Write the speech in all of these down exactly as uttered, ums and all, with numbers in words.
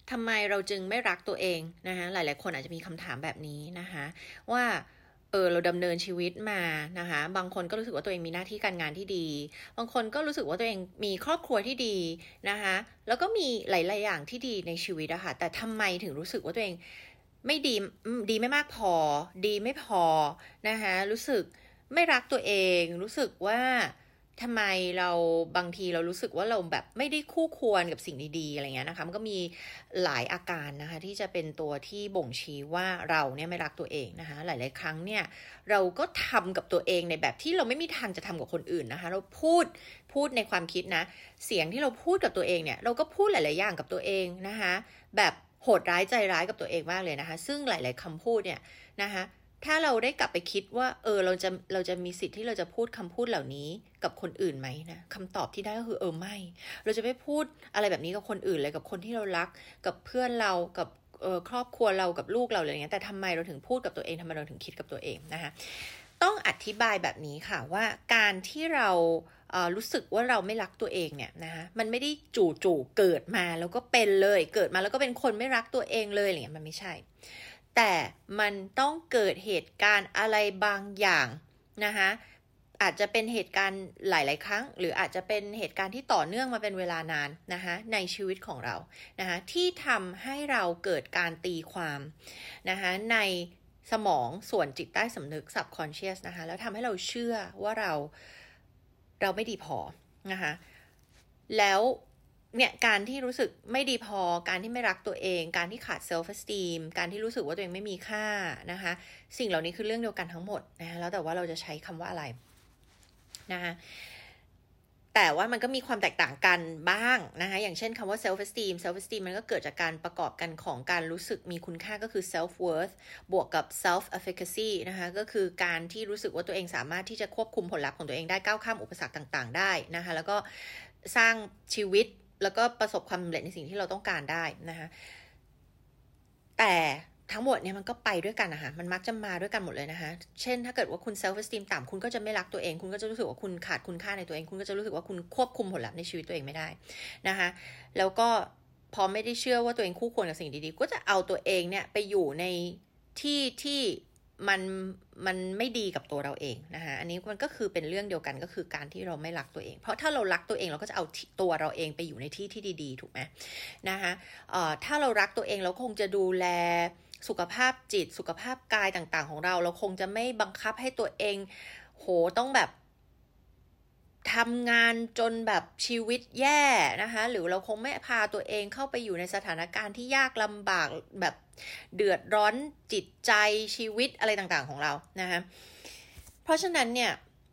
ทำไมเราจึงไม่รักตัวเองนะคะหลายๆคนอาจจะมีคำถามแบบนี้นะคะว่าเออเราดำเนินชีวิตมานะคะบางคนก็รู้สึกว่าตัวเองมีหน้าที่การงานที่ดีบางคนก็รู้สึกว่าตัวเองมีครอบครัวที่ดีนะคะแล้วก็มีหลายๆอย่างที่ดีในชีวิตอะค่ะแต่ทำไมถึงรู้สึกว่าตัวเองไม่ดีดีไม่มากพอดีไม่พอนะคะรู้สึกไม่รักตัวเองรู้สึกว่าทำไมเราบางทีเรารู้สึกว่าเราแบบไม่ได้คู่ควรกับสิ่งดีๆอะไรเงี้ยนะคะมันก็มีหลายอาการนะคะที่จะเป็นตัวที่บ่งชี้ว่าเราเนี่ยไม่รักตัวเองนะคะหลายๆครั้งเนี่ยเราก็ทำกับตัวเองในแบบที่เราไม่มีทางจะทำกับคนอื่นนะคะเราพูดพูดในความคิดนะเสียงที่เราพูดกับตัวเองเนี่ยเราก็พูดหลายๆอย่างกับตัวเองนะคะแบบโหดร้ายใจร้ายกับตัวเองมากเลยนะคะซึ่งหลายๆคำพูดเนี่ยนะคะถ้าเราได้กลับไปคิดว่าเออเราจะเราจะมีสิทธิ์ที่เราจะพูดคำพูดเหล่านี้กับคนอื่นไหมนะคำตอบที่ได้ก็คือเออไม่เราจะไม่พูดอะไรแบบนี้กับคนอื่นเลยกับคนที่เรารักกับเพื่อนเรากับเออครอบครัวเรากับลูกเราอะไรอย่างเงี้ยแต่ทำไมเราถึงพูดกับตัวเองทำไมเราถึงคิดกับตัวเองนะคะต้องอธิบายแบบนี้ค่ะว่าการที่เราเอ่อรู้สึกว่าเราไม่รักตัวเองเนี่ยนะคะมันไม่ได้จู่ๆเกิดมาแล้วก็เป็นเลยเกิดมาแล้วก็เป็นคนไม่รักตัวเองเลยอะไรเงี้ยมันไม่ใช่แต่มันต้องเกิดเหตุการณ์อะไรบางอย่างนะคะอาจจะเป็นเหตุการณ์หลายๆครั้งหรืออาจจะเป็นเหตุการณ์ที่ต่อเนื่องมาเป็นเวลานานนะคะในชีวิตของเรานะคะที่ทำให้เราเกิดการตีความนะคะในสมองส่วนจิตใต้สำนึก subconscious นะคะแล้วทำให้เราเชื่อว่าเราเราไม่ดีพอนะคะแล้วเนี่ยการที่รู้สึกไม่ดีพอการที่ไม่รักตัวเองการที่ขาด self esteem การที่รู้สึกว่าตัวเองไม่มีค่านะคะสิ่งเหล่านี้คือเรื่องเดียวกันทั้งหมดนะแล้วแต่ว่าเราจะใช้คำว่าอะไรนะคะแต่ว่ามันก็มีความแตกต่างกันบ้างนะคะอย่างเช่นคำว่า self esteem self esteem มันก็เกิดจากการประกอบกันของการรู้สึกมีคุณค่าก็คือ self worth บวกกับ self efficacy นะคะก็คือการที่รู้สึกว่าตัวเองสามารถที่จะควบคุมผลลัพธ์ของตัวเองได้ก้าวข้ามอุปสรรคต่างๆได้นะคะแล้วก็สร้างชีวิตแล้วก็ประสบความสำเร็จในสิ่งที่เราต้องการได้นะคะแต่ทั้งหมดเนี่ยมันก็ไปด้วยกันนะคะมันมักจะมาด้วยกันหมดเลยนะคะเช่นถ้าเกิดว่าคุณ self esteem ต่ำคุณก็จะไม่รักตัวเองคุณก็จะรู้สึกว่าคุณขาดคุณค่าในตัวเองคุณก็จะรู้สึกว่าคุณควบคุมผลลัพธ์ในชีวิตตัวเองไม่ได้นะคะแล้วก็พอไม่ได้เชื่อว่าตัวเองคู่ควรกับสิ่งดีๆก็จะเอาตัวเองเนี่ยไปอยู่ในที่ที่มันมันไม่ดีกับตัวเราเองนะคะอันนี้มันก็คือเป็นเรื่องเดียวกันก็คือการที่เราไม่รักตัวเองเพราะถ้าเรารักตัวเองเราก็จะเอาตัวเราเองไปอยู่ในที่ที่ดีๆถูกไหมนะคะเอ่อถ้าเรารักตัวเองเราคงจะดูแลสุขภาพจิตสุขภาพกายต่างๆของเราเราคงจะไม่บังคับให้ตัวเองโหต้องแบบทำงานจนแบบชีวิตแย่นะคะหรือเราคงไม่พาตัวเองเข้าไปอยู่ในสถานการณ์ที่ยากลำบากแบบเดือดร้อนจิตใจชีวิตอะไรต่างๆของเรานะคะเพราะฉะนั้นเนี่ย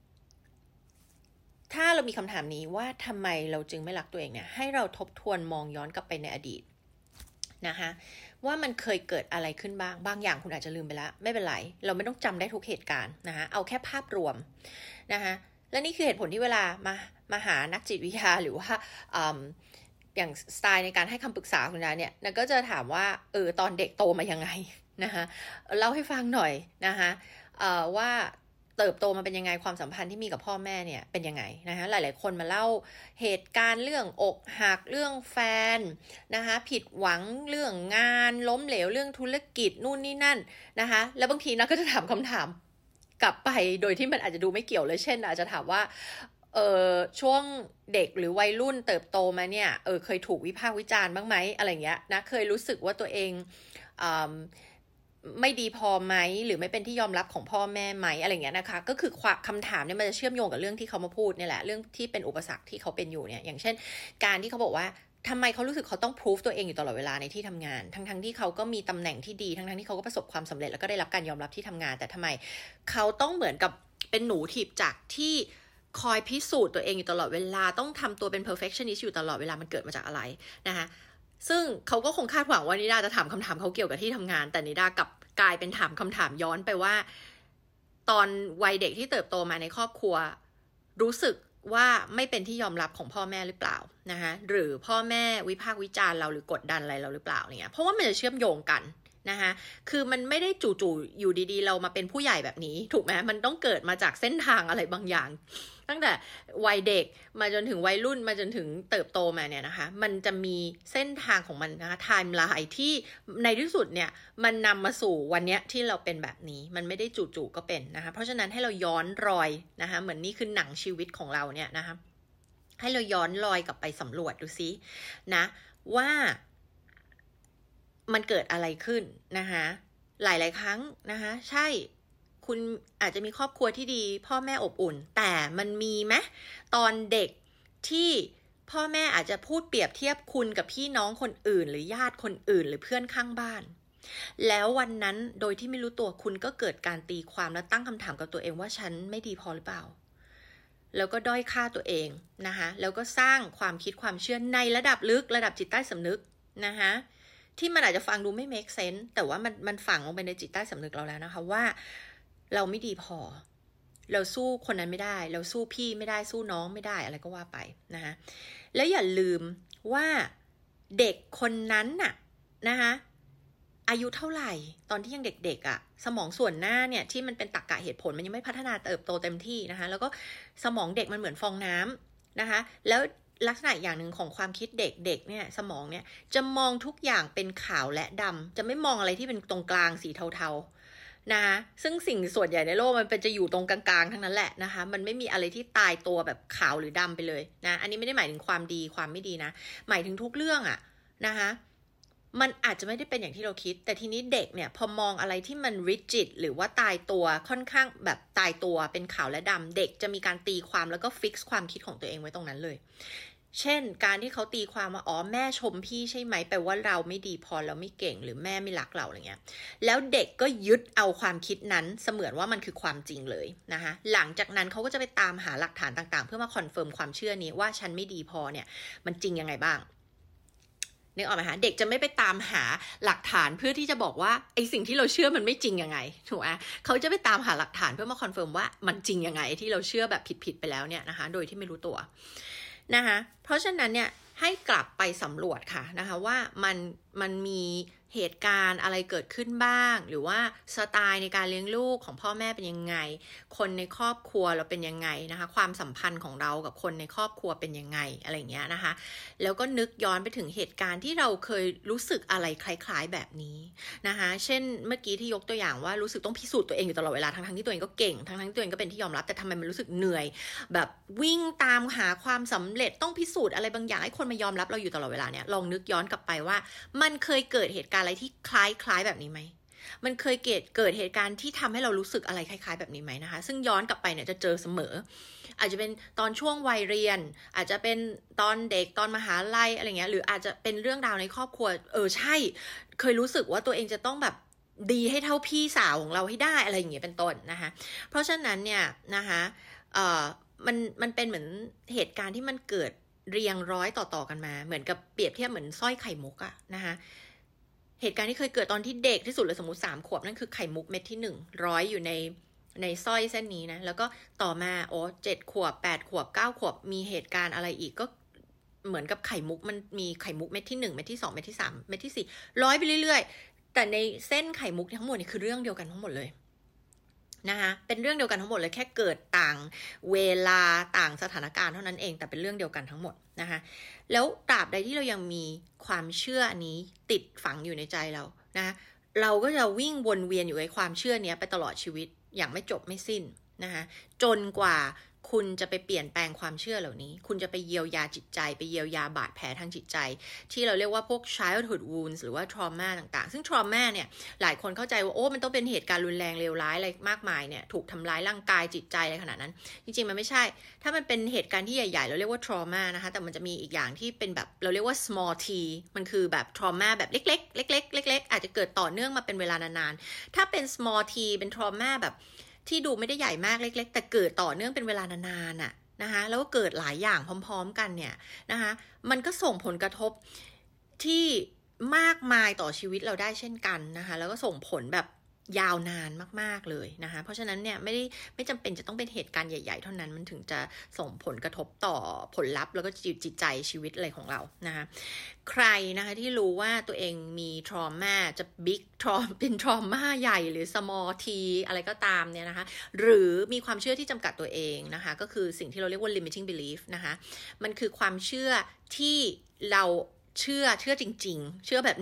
ถ้าเรามีคำถามนี้ว่าทำไมเราจึงไม่รักตัวเองเนี่ยให้เราทบทวนมองย้อนกลับไปในอดีตนะคะว่ามันเคยเกิดอะไรขึ้นบ้างบางอย่างคุณอาจจะลืมไปแล้วไม่เป็นไรเราไม่ต้องจำได้ทุกเหตุการณ์นะคะเอาแค่ภาพรวมนะคะและนี่คือเหตุผลที่เวลามามาหานักจิตวิทยาหรือว่าอย่างสไตล์ในการให้คำปรึกษาคุณยายเนี่ยนะก็จะถามว่าเออตอนเด็กโตมายังไงนะคะเล่าให้ฟังหน่อยนะคะว่าเติบโตมาเป็นยังไงความสัมพันธ์ที่มีกับพ่อแม่เนี่ยเป็นยังไงนะคะหลายๆคนมาเล่าเหตุการณ์เรื่องอกหักเรื่องแฟนนะคะผิดหวังเรื่องงานล้มเหลวเรื่องธุรกิจนู่นนี่นั่นนะคะแล้วบางทีนะก็จะถามคำถามกลับไปโดยที่มันอาจจะดูไม่เกี่ยวเลยเช่นอาจจะถามว่าเออช่วงเด็กหรือวัยรุ่นเติบโตมาเนี่ยเออเคยถูกวิพากษ์วิจารณ์บ้างไหมอะไรเงี้ยนะเคยรู้สึกว่าตัวเองอ่าไม่ดีพอไหมหรือไม่เป็นที่ยอมรับของพ่อแม่ไหมอะไรเงี้ยนะคะก็คือคำถามเนี่ยมันจะเชื่อมโยงกับเรื่องที่เขามาพูดเนี่ยแหละเรื่องที่เป็นอุปสรรคที่เขาเป็นอยู่เนี่ยอย่างเช่นการที่เขาบอกว่าทำไมเขารู้สึกเขาต้องพิสูจตัวเองอยู่ตลอดเวลาในที่ทำงานทั้งๆ ท, ที่เขาก็มีตำแหน่งที่ดีทั้งๆที่เขาก็ประสบความสำเร็จแล้วก็ได้รับการยอมรับที่ทำงานแต่ทำไมเขาต้องเหมือนกับเป็นหนูถีบจักรที่คอยพิสูจน์ตัวเองอยู่ตลอดเวลาต้องทำตัวเป็น perfectionist อยู่ตลอดเวลามันเกิดมาจากอะไรนะคะซึ่งเขาก็คงคาดหวังว่านิดาจะถามคำถามเขาเกี่ยวกับที่ทำงานแต่นิดากลับกลายเป็นถามคำถามย้อนไปว่าตอนวัยเด็กที่เติบโตมาในครอบครัวรู้สึกว่าไม่เป็นที่ยอมรับของพ่อแม่หรือเปล่านะคะหรือพ่อแม่วิพากษ์วิจารณ์เราหรือกดดันอะไรเราหรือเปล่าเนี่ยเพราะว่ามันจะเชื่อมโยงกันนะคะคือมันไม่ได้จู่ๆอยู่ดีๆเรามาเป็นผู้ใหญ่แบบนี้ถูกไหมมันต้องเกิดมาจากเส้นทางอะไรบางอย่างตั้งแต่วัยเด็กมาจนถึงวัยรุ่นมาจนถึงเติบโตมาเนี่ยนะคะมันจะมีเส้นทางของมันนะคะไทม์ไลน์ที่ในที่สุดเนี่ยมันนำมาสู่วันนี้ที่เราเป็นแบบนี้มันไม่ได้จู่ๆก็เป็นนะคะเพราะฉะนั้นให้เราย้อนรอยนะคะเหมือนนี่คือหนังชีวิตของเราเนี่ยนะคะให้เราย้อนรอยกลับไปสำรวจดูซินะว่ามันเกิดอะไรขึ้นนะคะหลายๆครั้งนะคะใช่คุณอาจจะมีครอบครัวที่ดีพ่อแม่อบอุ่นแต่มันมีไหมตอนเด็กที่พ่อแม่อาจจะพูดเปรียบเทียบคุณกับพี่น้องคนอื่นหรือญาติคนอื่นหรือเพื่อนข้างบ้านแล้ววันนั้นโดยที่ไม่รู้ตัวคุณก็เกิดการตีความและตั้งคำถามกับตัวเองว่าฉันไม่ดีพอหรือเปล่าแล้วก็ด้อยค่าตัวเองนะคะแล้วก็สร้างความคิดความเชื่อในระดับลึกระดับจิตใต้สำนึกนะคะที่มันอาจจะฟังดูไม่ make sense แต่ว่ามันมันฝังลงไปในจิตใต้สำนึกเราแล้วนะคะว่าเราไม่ดีพอเราสู้คนนั้นไม่ได้เราสู้พี่ไม่ได้สู้น้องไม่ได้อะไรก็ว่าไปนะคะแล้วอย่าลืมว่าเด็กคนนั้นน่ะนะคะอายุเท่าไหร่ตอนที่ยังเด็กๆอ่ะสมองส่วนหน้าเนี่ยที่มันเป็นตรรกะเหตุผลมันยังไม่พัฒนาเติบโตเต็มที่นะคะแล้วก็สมองเด็กมันเหมือนฟองน้ำนะคะแล้วลักษณะอย่างหนึ่งของความคิดเด็กๆเนี่ยสมองเนี่ยจะมองทุกอย่างเป็นขาวและดำจะไม่มองอะไรที่เป็นตรงกลางสีเทาๆนะคะซึ่งสิ่งส่วนใหญ่ในโลกมันเป็นจะอยู่ตรงกลางๆทั้งนั้นแหละนะคะมันไม่มีอะไรที่ตายตัวแบบขาวหรือดำไปเลยนะอันนี้ไม่ได้หมายถึงความดีความไม่ดีนะหมายถึงทุกเรื่องอะนะคะมันอาจจะไม่ได้เป็นอย่างที่เราคิดแต่ทีนี้เด็กเนี่ยพอมองอะไรที่มัน rigid หรือว่าตายตัวค่อนข้างแบบตายตัวเป็นขาวและดำเด็กจะมีการตีความแล้วก็ fix ความคิดของตัวเองไว้ตรงนั้นเลยเช่นการที่เขาตีความว่าอ๋อแม่ชมพี่ใช่ไหมแปลว่าเราไม่ดีพอเราไม่เก่งหรือแม่ไม่รักเราอะไรเงี้ยแล้วเด็กก็ยึดเอาความคิดนั้นเสมือนว่ามันคือความจริงเลยนะคะหลังจากนั้นเขาก็จะไปตามหาหลักฐานต่างๆเพื่อมาคอนเฟิร์มความเชื่อนี้ว่าฉันไม่ดีพอเนี่ยมันจริงยังไงบ้างนึกออกไหมคะเด็กจะไม่ไปตามหาหลักฐานเพื่อที่จะบอกว่าไอสิ่งที่เราเชื่อมันไม่จริงยังไงถูกไหมเขาจะไปตามหาหลักฐานเพื่อมาคอนเฟิร์มว่ามันจริงยังไงที่เราเชื่อแบบผิดๆไปแล้วเนี่ยนะคะโดยที่ไม่รู้ตัวนะคะเพราะฉะนั้นเนี่ยให้กลับไปสำรวจค่ะนะคะว่ามันมันมีเหตุการณ์อะไรเกิดขึ้นบ้างหรือว่าสไตล์ในการเลี้ยงลูกของพ่อแม่เป็นยังไงคนในครอบครัวเราเป็นยังไงนะคะความสัมพันธ์ของเรากับคนในครอบครัวเป็นยังไงอะไรอย่างเงี้ยนะคะแล้วก็นึกย้อนไปถึงเหตุการณ์ที่เราเคยรู้สึกอะไรคล้ายๆแบบนี้นะคะเช่นเมื่อกี้ที่ยกตัวอย่างว่ารู้สึกต้องพิสูจน์ตัวเองอยู่ตลอดเวลาทั้งๆที่ตัวเองก็เก่งทั้งๆที่ตัวเองก็เป็นที่ยอมรับแต่ทำไมมันรู้สึกเหนื่อยแบบวิ่งตามหาความสำเร็จต้องพิสูจน์อะไรบางอย่างให้คนมายอมรับเราอยู่ตลอดเวลาเนี่ยลองนึกย้อนกลับไปว่ามันเคยเกิดเหตุการณ์อะไรที่คล้ายๆแบบนี้ไหมมันเคยเกิดเกิดเหตุการณ์ที่ทำให้เรารู้สึกอะไรคล้ายๆแบบนี้ไหมนะคะซึ่งย้อนกลับไปเนี่ยจะเจอเสมออาจจะเป็นตอนช่วงวัยเรียนอาจจะเป็นตอนเด็กตอนมหาลัยอะไรเงี้ยหรืออาจจะเป็นเรื่องราวในครอบครัวเออใช่เคยรู้สึกว่าตัวเองจะต้องแบบดีให้เท่าพี่สาวของเราให้ได้อะไรอย่างเงี้ยเป็นต้นนะคะเพราะฉะนั้นเนี่ยนะคะเอ่อมันมันเป็นเหมือนเหตุการณ์ที่มันเกิดเรียงร้อยต่อๆกันมาเหมือนกับเปรียบเทียบเหมือนสร้อยไข่มุกอะนะคะเหตุการณ์ที่เคยเกิดตอนที่เด็กที่สุดเลยสมมติสามขวบนั่นคือไข่มุกเม็ดที่หนึ่งร้อยอยู่ในในสร้อยเส้นนี้นะแล้วก็ต่อมาโอ้เจ็ดขวบแปดขวบเก้าขวบมีเหตุการณ์อะไรอีกก็เหมือนกับไข่มุกมันมีไข่มุกเม็ดที่หนึ่งเม็ดที่สองเม็ดที่สามเม็ดที่สี่ร้อยไปเรื่อยๆแต่ในเส้นไข่มุกทั้งหมดนี่คือเรื่องเดียวกันทั้งหมดเลยนะคะเป็นเรื่องเดียวกันทั้งหมดเลยแค่เกิดต่างเวลาต่างสถานการณ์เท่านั้นเองแต่เป็นเรื่องเดียวกันทั้งหมดนะคะแล้วตราบใดที่เรายังมีความเชื่ออันนี้ติดฝังอยู่ในใจเรานะเราก็จะวิ่งวนเวียนอยู่ในความเชื่อนี้ไปตลอดชีวิตอย่างไม่จบไม่สิ้นนะคะจนกว่าคุณจะไปเปลี่ยนแปลงความเชื่อเหล่านี้คุณจะไปเยียวยาจิตใจไปเยียวยาบาดแผลทางจิตใจที่เราเรียกว่าพวก childhood wounds หรือว่า trauma ต่างๆซึ่ง trauma เนี่ยหลายคนเข้าใจว่าโอ้มันต้องเป็นเหตุการณ์รุนแรงเลวร้ายอะไรมากมายเนี่ยถูกทำร้ายร่างกายจิตใจอะไรขนาดนั้นจริงๆมันไม่ใช่ถ้ามันเป็นเหตุการณ์ที่ใหญ่ๆเราเรียกว่า trauma นะคะแต่มันจะมีอีกอย่างที่เป็นแบบเราเรียกว่า small t มันคือแบบ trauma แบบเล็กๆเล็กๆเล็กๆอาจจะเกิดต่อเนื่องมาเป็นเวลานานๆถ้าเป็น small t เป็น trauma แบบที่ดูไม่ได้ใหญ่มากเล็กๆแต่เกิดต่อเนื่องเป็นเวลานานๆน่ะนะคะแล้วก็เกิดหลายอย่างพร้อมๆกันเนี่ยนะคะมันก็ส่งผลกระทบที่มากมายต่อชีวิตเราได้เช่นกันนะคะแล้วก็ส่งผลแบบยาวนานมากๆเลยนะคะเพราะฉะนั้นเนี่ยไม่ได้ไม่จำเป็นจะต้องเป็นเหตุการณ์ใหญ่ๆเท่านั้นมันถึงจะส่งผลกระทบต่อผลลัพธ์แล้วก็จิตจิตใจชีวิตอะไรของเรานะคะใครนะคะที่รู้ว่าตัวเองมีทรมาจะบิ๊กทรอมเป็นทรมาใหญ่หรือ small t อะไรก็ตามเนี่ยนะคะหรือมีความเชื่อที่จำกัดตัวเองนะคะก็คือสิ่งที่เราเรียกว่า limiting belief นะคะมันคือความเชื่อที่เราเชื่อเชื่อจริงๆเชื่อแบบ